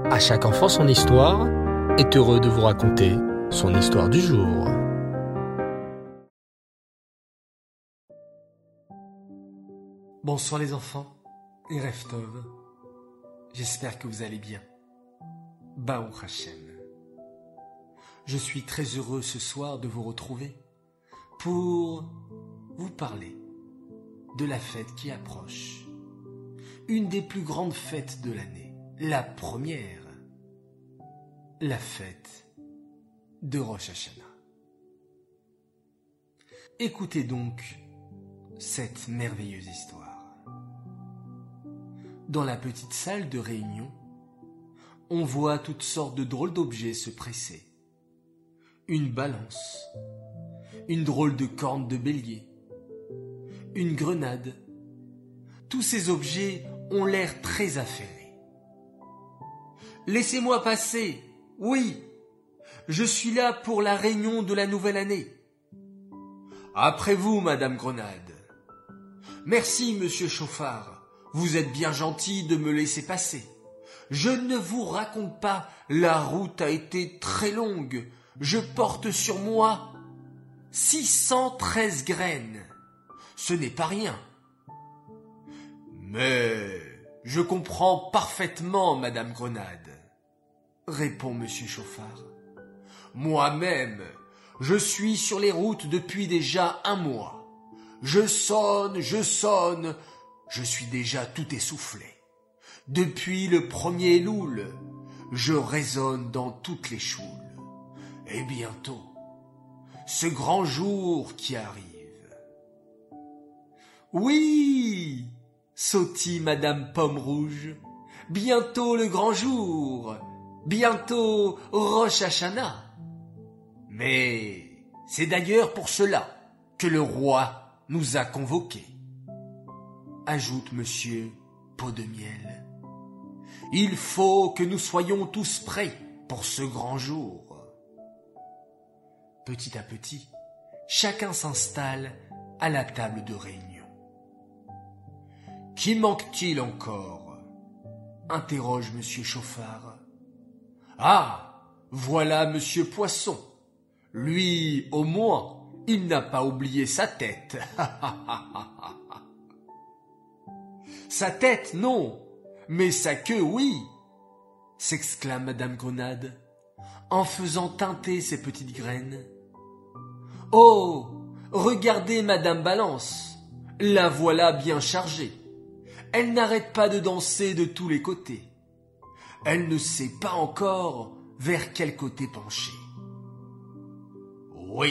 À chaque enfant son histoire est heureux de vous raconter son histoire du jour. Bonsoir les enfants et Erev Tov. J'espère que vous allez bien. Baruch Hashem. Je suis très heureux ce soir de vous retrouver pour vous parler de la fête qui approche. Une des plus grandes fêtes de l'année, la première, la fête de Rosh Hashanah. Écoutez donc cette merveilleuse histoire. Dans la petite salle de réunion, on voit toutes sortes de drôles d'objets se presser. Une balance, une drôle de corne de bélier, une grenade. Tous ces objets ont l'air très affairés. « Laissez-moi passer, oui, je suis là pour la réunion de la nouvelle année. »« Après vous, Madame Grenade. »« Merci, Monsieur Chauffard, vous êtes bien gentil de me laisser passer. Je ne vous raconte pas, la route a été très longue. Je porte sur moi 613 graines. Ce n'est pas rien. »« Mais je comprends parfaitement, Madame Grenade, » répond Monsieur Chauffard. « Moi-même, je suis sur les routes depuis déjà 1 mois. Je sonne, je suis déjà tout essoufflé. Depuis le premier Elul, je résonne dans toutes les choules. Et bientôt, ce grand jour qui arrive. »« Oui !» sautille Madame Pomme Rouge. « Bientôt le grand jour, bientôt Rosh Hashanah. Mais c'est d'ailleurs pour cela que le roi nous a convoqués. » ajoute Monsieur Pot de Miel. « Il faut que nous soyons tous prêts pour ce grand jour. » Petit à petit, chacun s'installe à la table de réunion. « Qui manque-t-il encore ?» interroge Monsieur Chauffard. « Ah, voilà Monsieur Poisson. Lui, au moins, il n'a pas oublié sa tête. »« Sa tête, non, mais sa queue, oui !» s'exclame Madame Grenade, en faisant teinter ses petites graines. « Oh, regardez Madame Balance, la voilà bien chargée. Elle n'arrête pas de danser de tous les côtés. Elle ne sait pas encore vers quel côté pencher. »« Oui, »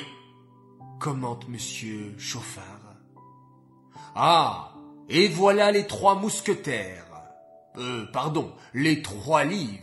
commente Monsieur Chauffard. « Ah, et voilà les 3 mousquetaires. Les 3 livres. »«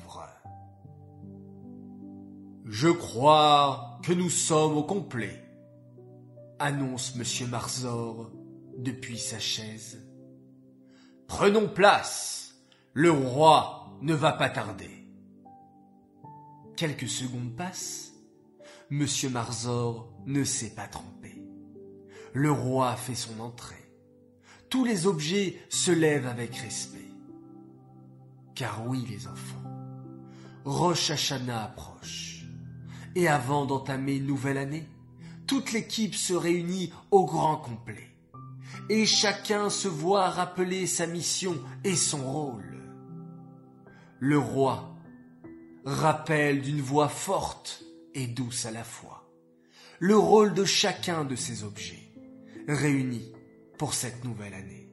Je crois que nous sommes au complet, » annonce Monsieur Marzor depuis sa chaise. « Prenons place, le roi ne va pas tarder. » Quelques secondes passent. Monsieur Marzor ne s'est pas trompé. Le roi fait son entrée. Tous les objets se lèvent avec respect. Car oui, les enfants, Rosh Hashanah approche. Et avant d'entamer une nouvelle année, toute l'équipe se réunit au grand complet. Et chacun se voit rappeler sa mission et son rôle. Le roi rappelle d'une voix forte et douce à la fois le rôle de chacun de ces objets réunis pour cette nouvelle année.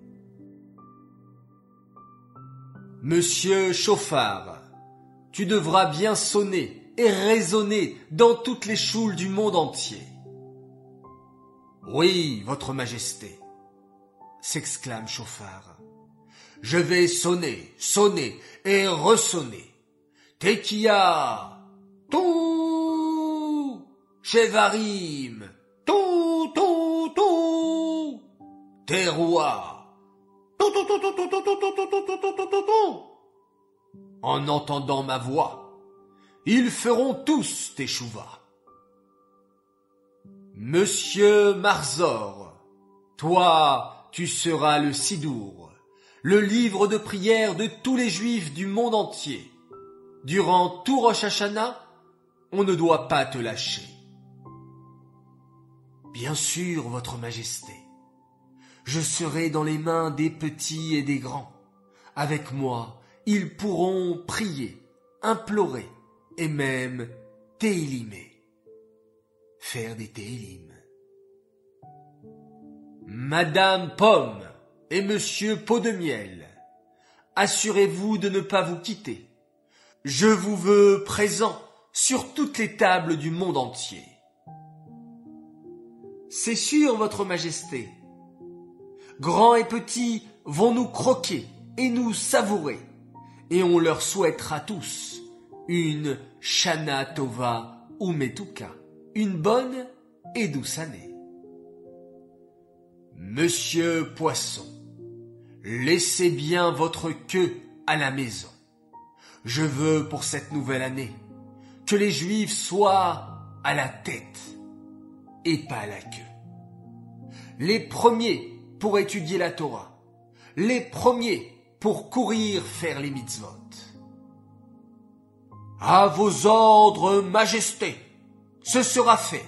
« Monsieur Chauffard, tu devras bien sonner et résonner dans toutes les choules du monde entier. »« Oui, votre majesté, » s'exclame Chauffard. « Je vais sonner, sonner et ressonner. Tekia, tout, Chevarim, tout, tout, tout, Teroua, tout, tout, tout, tout, tout, tout, tout, tout, tout, tout, tout, tout, tout. En entendant ma voix, ils feront tous teshuva. Monsieur Marzor, toi, tu seras le Sidour, le livre de prière de tous les Juifs du monde entier. durant tout Rosh Hashanah, on ne doit pas te lâcher. Bien sûr, votre majesté, je serai dans les mains des petits et des grands. Avec moi, ils pourront prier, implorer et même télimer. Faire des télim. Madame Pomme et Monsieur Pot de Miel, assurez-vous de ne pas vous quitter. Je vous veux présent sur toutes les tables du monde entier. C'est sûr, votre majesté. Grands et petits vont nous croquer et nous savourer, et on leur souhaitera tous une Shana Tova Umetuka, une bonne et douce année. Monsieur Poisson, laissez bien votre queue à la maison. Je veux pour cette nouvelle année que les Juifs soient à la tête et pas à la queue. Les premiers pour étudier la Torah, les premiers pour courir faire les mitzvot. À vos ordres, majesté, ce sera fait.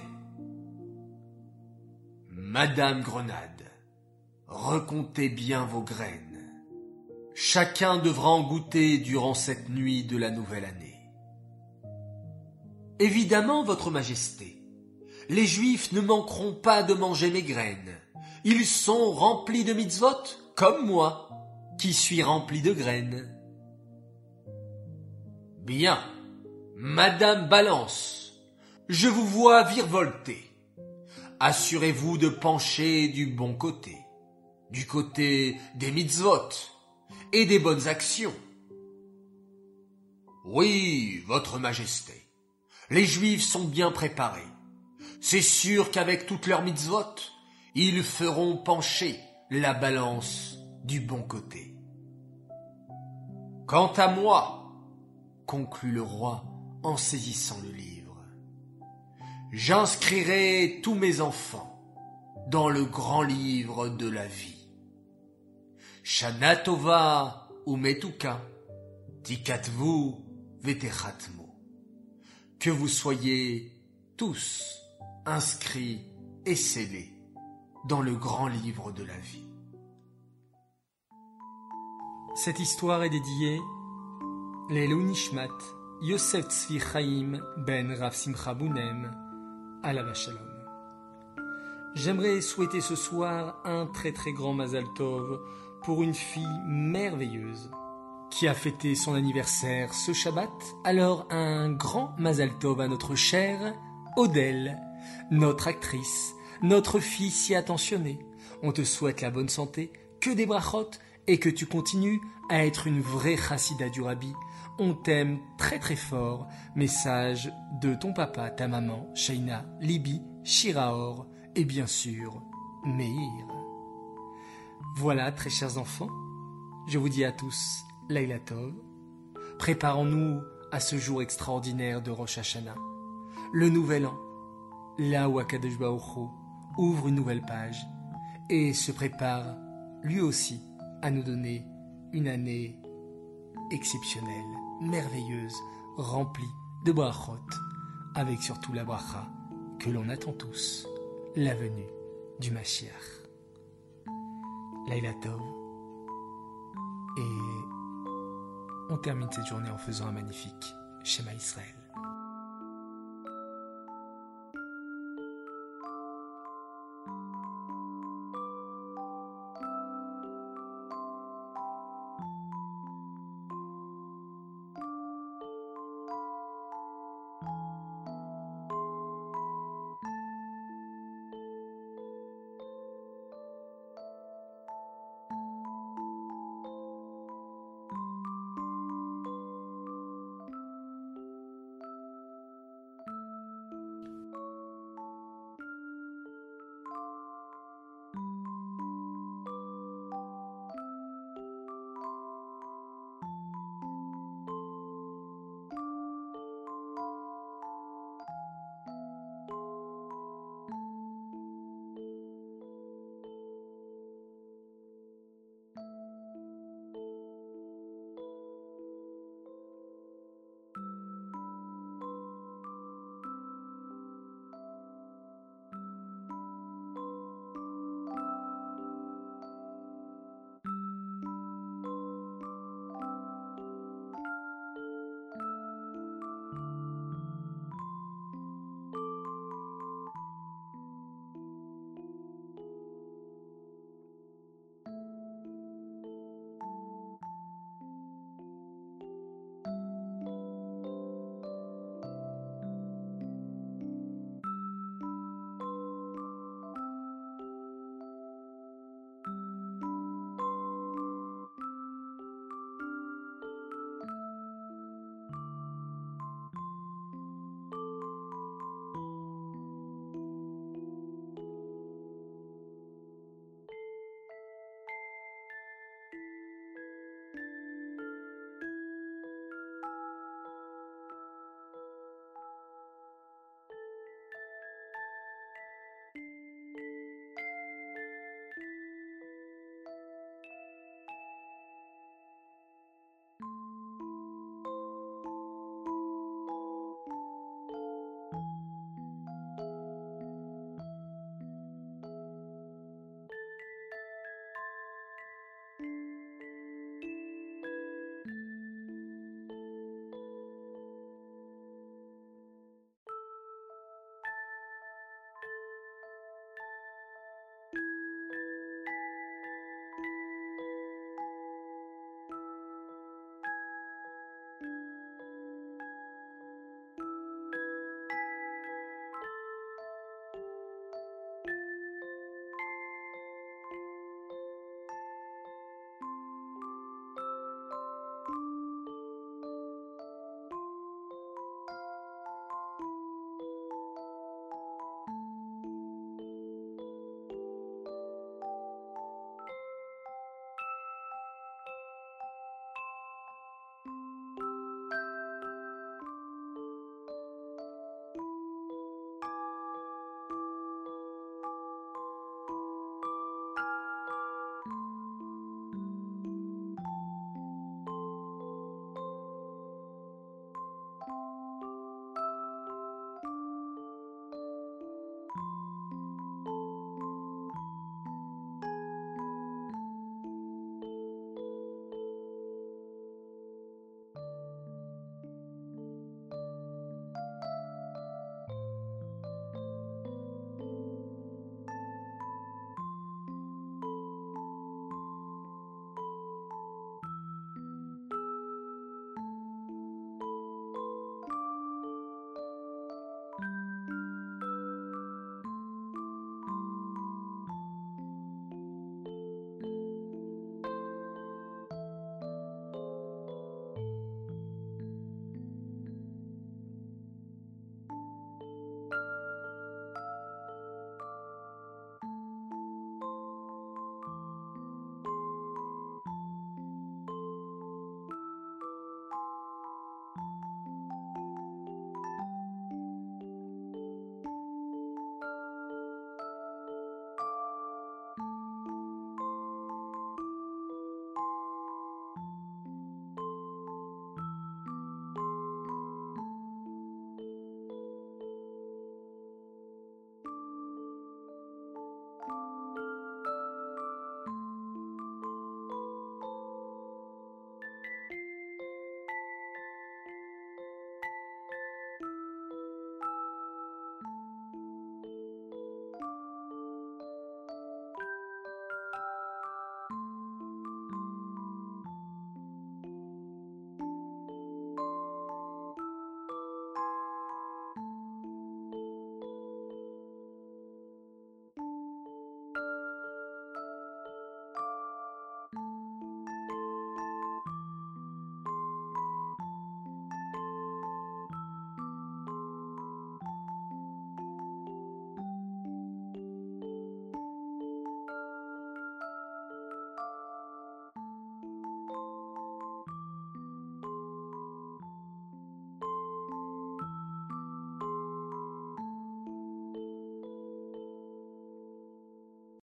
Madame Grenade, recomptez bien vos graines. Chacun devra en goûter durant cette nuit de la nouvelle année. Évidemment, votre majesté, les Juifs ne manqueront pas de manger mes graines. Ils sont remplis de mitzvot, comme moi, qui suis rempli de graines. Bien, Madame Balance, je vous vois virevolter. Assurez-vous de pencher du bon côté, du côté des mitzvot et des bonnes actions. Oui, votre majesté, les Juifs sont bien préparés. C'est sûr qu'avec toutes leurs mitzvot, ils feront pencher la balance du bon côté. Quant à moi, conclut le roi en saisissant le livre, j'inscrirai tous mes enfants dans le grand livre de la vie. Shana Tova Umetuka, Tikatvu Vetechatmu. Que vous soyez tous inscrits et scellés dans le grand livre de la vie. Cette histoire est dédiée Leilou Nishmat Yosef Tzvi Chaim ben Rav Simcha Bounem Alav Shalom. J'aimerais souhaiter ce soir un très très grand Mazal Tov pour une fille merveilleuse qui a fêté son anniversaire ce Shabbat. Alors un grand Mazal Tov à notre chère Odelle, notre actrice, notre fille si attentionnée. On te souhaite la bonne santé, que des brachot et que tu continues à être une vraie chassida du Rabbi. On t'aime très très fort. Message de ton papa, ta maman, Sheina, Libi, Shiraor et bien sûr Meir. Voilà, très chers enfants, je vous dis à tous Laila Tov. Préparons-nous à ce jour extraordinaire de Rosh Hashanah, le nouvel an, là où Akadosh Baruch Hu ouvre une nouvelle page et se prépare lui aussi à nous donner une année exceptionnelle, merveilleuse, remplie de brachot, avec surtout la bracha que l'on attend tous, la venue du Mashiach. Laila Tov. Et on termine cette journée en faisant un magnifique Shema Israël.